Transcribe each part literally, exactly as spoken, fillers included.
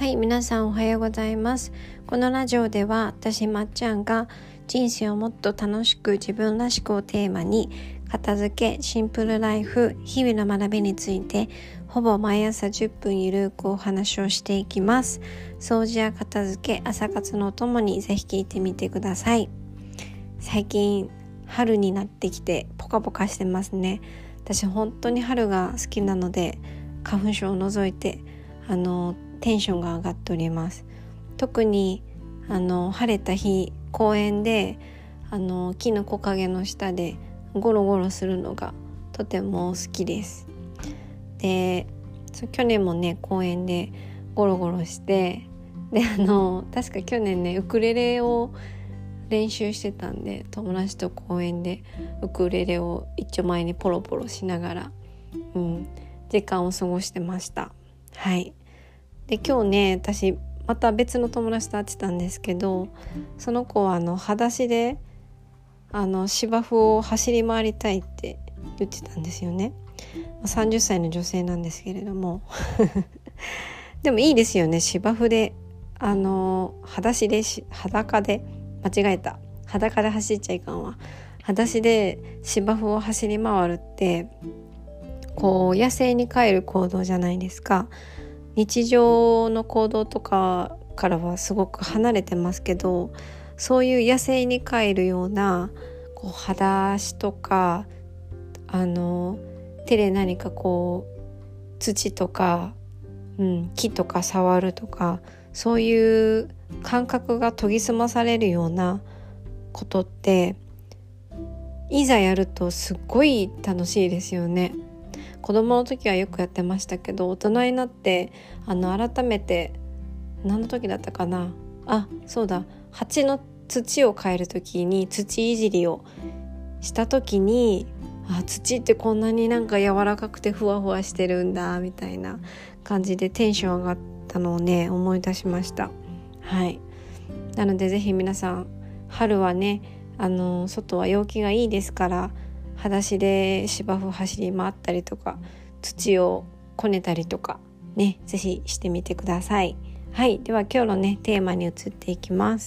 はい、皆さんおはようございます。このラジオでは私まっちゃんが人生をもっと楽しく自分らしくをテーマに片付け、シンプルライフ、日々の学びについてほぼ毎朝じゅっぷんゆるくお話をしていきます。掃除や片付け、朝活のお供にぜひ聞いてみてください。最近春になってきてポカポカしてますね。私本当に春が好きなので花粉症を除いてあのテンションが上がっております。特にあの晴れた日、公園であの木の木陰の下でゴロゴロするのがとても好きです。で、去年もね公園でゴロゴロしてであの確か去年ねウクレレを練習してたんで、友達と公園でウクレレを一丁前にポロポロしながら、うん、時間を過ごしてました。はい。で今日ね私また別の友達と会ってたんですけど、その子はあの裸足であの芝生を走り回りたいって言ってたんですよね。さんじゅっさいの女性なんですけれどもでもいいですよね、芝生であの裸足でし裸で間違えた裸で走っちゃいかんわ裸足で芝生を走り回るってこう野生に帰る行動じゃないですか。日常の行動とかからはすごく離れてますけど、そういう野生に帰るようなこう裸足とかあの手で何かこう土とか、うん、木とか触るとか、そういう感覚が研ぎ澄まされるようなことっていざやるとすっごい楽しいですよね。子供の時はよくやってましたけど、大人になってあの改めて何の時だったかなあそうだ鉢の土を変える時に土いじりをした時に、あ土ってこんなになんか柔らかくてふわふわしてるんだみたいな感じでテンション上がったのをね思い出しました。はい。なのでぜひ皆さん春はねあの外は陽気がいいですから、裸足で芝生走り回ったりとか土をこねたりとかねぜひしてみてください。はい、では今日のねテーマに移っていきます。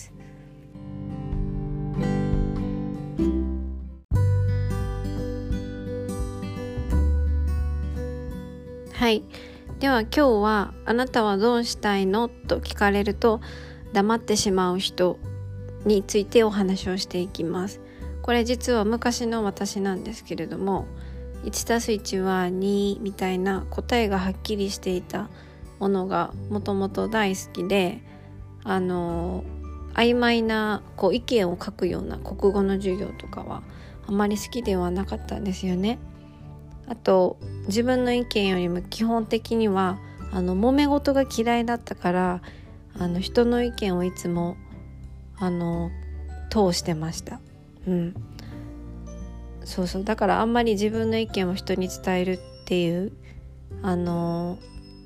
はい、では今日はあなたはどうしたいのと聞かれると黙ってしまう人についてお話をしていきます。これ実は昔の私なんですけれども、いちたすいちはにみたいな答えがはっきりしていたものがもともと大好きで、あの曖昧なこう意見を書くような国語の授業とかはあまり好きではなかったんですよね。あと自分の意見よりも基本的にはあの揉め事が嫌いだったから、あの人の意見をいつもあの通してました。うん、そうそうだからあんまり自分の意見を人に伝えるっていうあの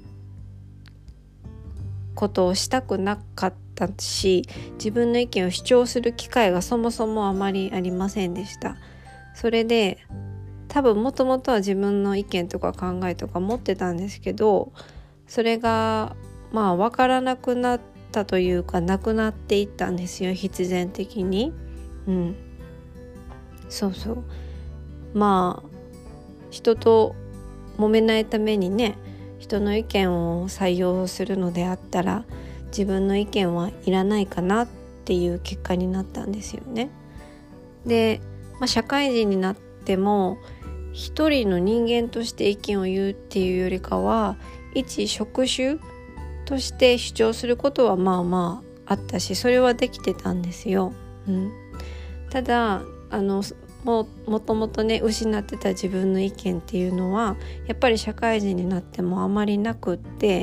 ことをしたくなかったし、自分の意見を主張する機会がそもそもあまりありませんでした。それで多分もともとは自分の意見とか考えとか持ってたんですけど、それがまあ分からなくなったというかなくなっていったんですよ、必然的に。うんそうそうまあ人と揉めないためにね人の意見を採用するのであったら自分の意見はいらないかなっていう結果になったんですよね。で、まあ、社会人になっても一人の人間として意見を言うっていうよりかは一職種として主張することはまあまああったし、それはできてたんですよ。うん、ただあのも, もともとね失ってた自分の意見っていうのはやっぱり社会人になってもあまりなくって、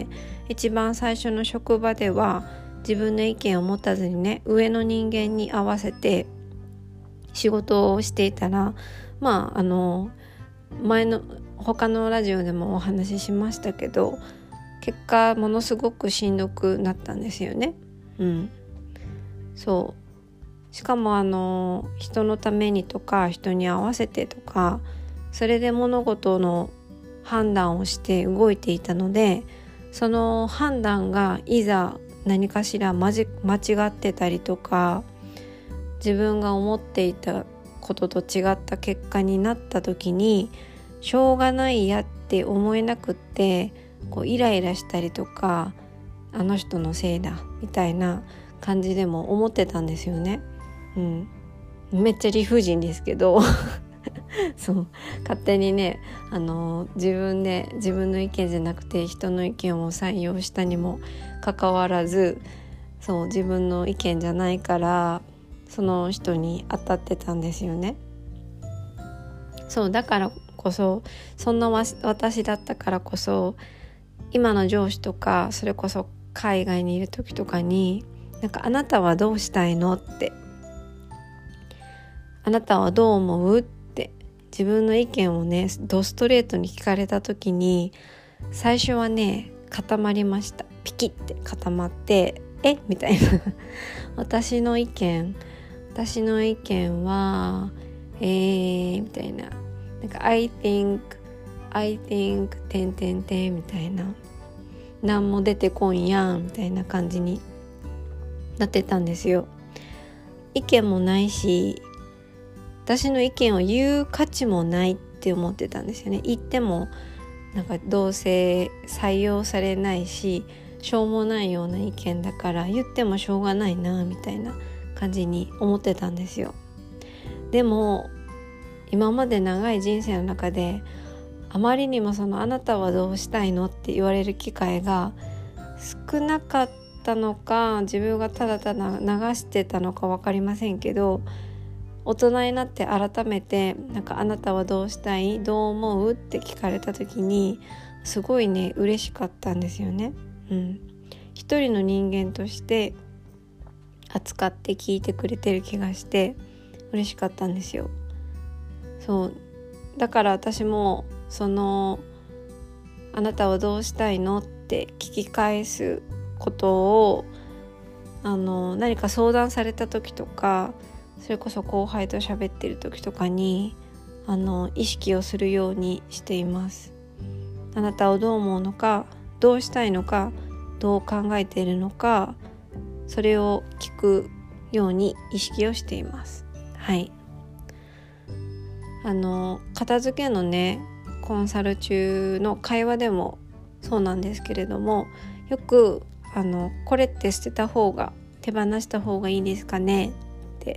一番最初の職場では自分の意見を持たずにね上の人間に合わせて仕事をしていたら、まああの前の他のラジオでもお話ししましたけど、結果ものすごくしんどくなったんですよね。うんそうしかもあの人のためにとか人に合わせてとか、それで物事の判断をして動いていたので、 その判断がいざ何かしら間違ってたりとか、自分が思っていたことと違った結果になった時に、しょうがないやって思えなくって、こうイライラしたりとか、あの人のせいだみたいな感じでも思ってたんですよね。うん、めっちゃ理不尽ですけどそう勝手にね、あの自分で自分の意見じゃなくて人の意見を採用したにもかかわらず、そう自分の意見じゃないからその人に当たってたんですよね。そうだからこそ、そんな私だったからこそ、今の上司とか、それこそ海外にいる時とかに、なんかあなたはどうしたいのって、あなたはどう思うって自分の意見をねドストレートに聞かれた時に、最初はね固まりました。ピキって固まって、えみたいな私の意見私の意見はえーみたいな、なんか I think I think てんてんてんみたいな、何も出てこんやんみたいな感じになってたんですよ。意見もないし、私の意見を言う価値もないって思ってたんですよね。言ってもなんかどうせ採用されないし、しょうもないような意見だから言ってもしょうがないなみたいな感じに思ってたんですよ。でも今まで長い人生の中で、あまりにもそのあなたはどうしたいのって言われる機会が少なかったのか、自分がただただ流してたのか分かりませんけど、大人になって改めてなんかあなたはどうしたい、どう思うって聞かれた時に、すごいね嬉しかったんですよね。うん、一人の人間として扱って聞いてくれてる気がして嬉しかったんですよ。そうだから私もそのあなたはどうしたいのって聞き返すことを、あの何か相談された時とか、それこそ後輩と喋ってる時とかにあの意識をするようにしています。あなたをどう思うのか、どうしたいのか、どう考えているのか、それを聞くように意識をしています。はい。あの片付けのねコンサル中の会話でもそうなんですけれども、よくあのこれって捨てた方が手放した方がいいですかねって、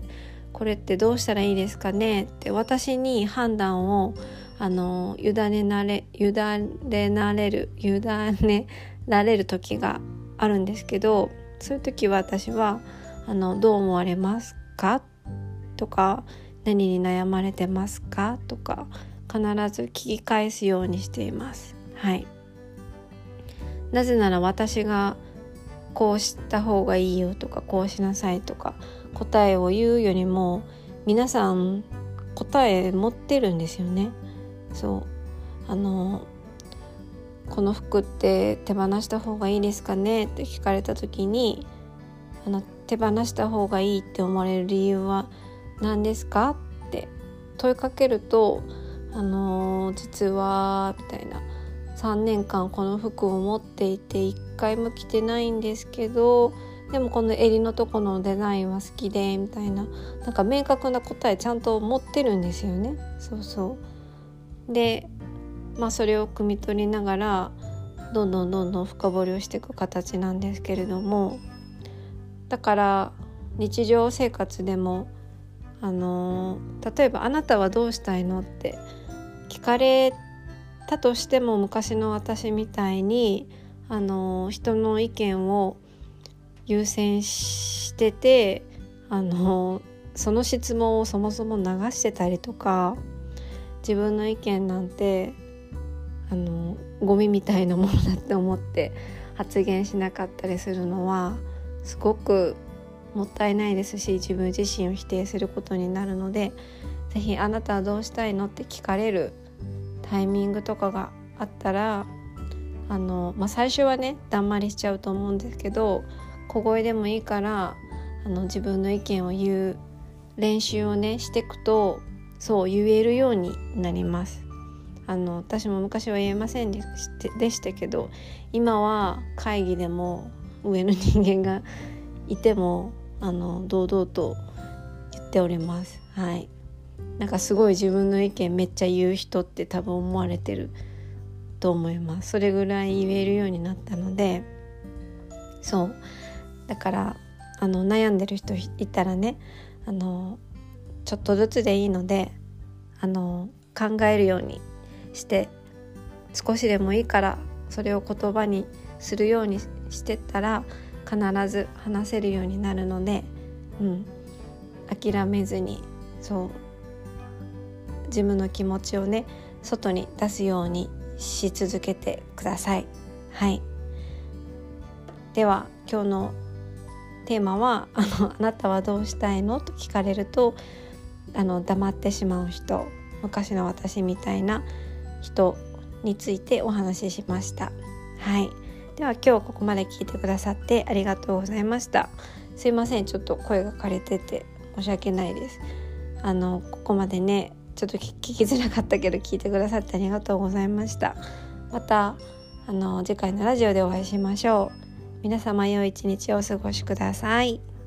これってどうしたらいいですかねって私に判断をあの委ねなれ委ねなれる委ねられる時があるんですけど、そういう時は私はあのどう思われますかとか、何に悩まれてますかとか必ず聞き返すようにしています。はい。なぜなら私がこうした方がいいよとか、こうしなさいとか答えを言うよりも、皆さん答え持ってるんですよね。そうあのこの服って手放した方がいいですかねって聞かれた時に、あの手放した方がいいって思われる理由は何ですかって問いかけると、あの実はみたいな、さんねんかんこの服を持っていていっかいも着てないんですけど、でもこの襟のとこのデザインは好きでみたいな、なんか明確な答えちゃんと持ってるんですよね。そうそうで、まあそれを汲み取りながらどんどんどんどん深掘りをしていく形なんですけれども、だから日常生活でもあの例えばあなたはどうしたいのって聞かれたとしても、昔の私みたいにあの人の意見を優先してて、あのその質問をそもそも流してたりとか、自分の意見なんてあのゴミみたいなものだって思って発言しなかったりするのはすごくもったいないですし、自分自身を否定することになるので、ぜひあなたはどうしたいのって聞かれるタイミングとかがあったら、あの、まあ、最初はねだんまりしちゃうと思うんですけど、小声でもいいからあの自分の意見を言う練習をねしていくと、そう言えるようになります。 あの私も昔は言えませんでしたでしたけど、今は会議でも上の人間がいてもあの堂々と言っております。はい。なんかすごい自分の意見めっちゃ言う人って多分思われてると思います。それぐらい言えるようになったので、そうだからあの悩んでる人いたらね、あのちょっとずつでいいのであの考えるようにして、少しでもいいからそれを言葉にするようにしてったら必ず話せるようになるので、うん、諦めずにそう自分の気持ちをね外に出すようにし続けてください。はい。では今日のテーマはあのあなたはどうしたいのと聞かれるとあの黙ってしまう人、昔の私みたいな人についてお話ししました。はい。では今日ここまで聞いてくださってありがとうございました。すいません、ちょっと声が枯れてて申し訳ないです。あのここまでねちょっと聞きづらかったけど聞いてくださってありがとうございました。またあの次回のラジオでお会いしましょう。皆様良い一日をお過ごしください。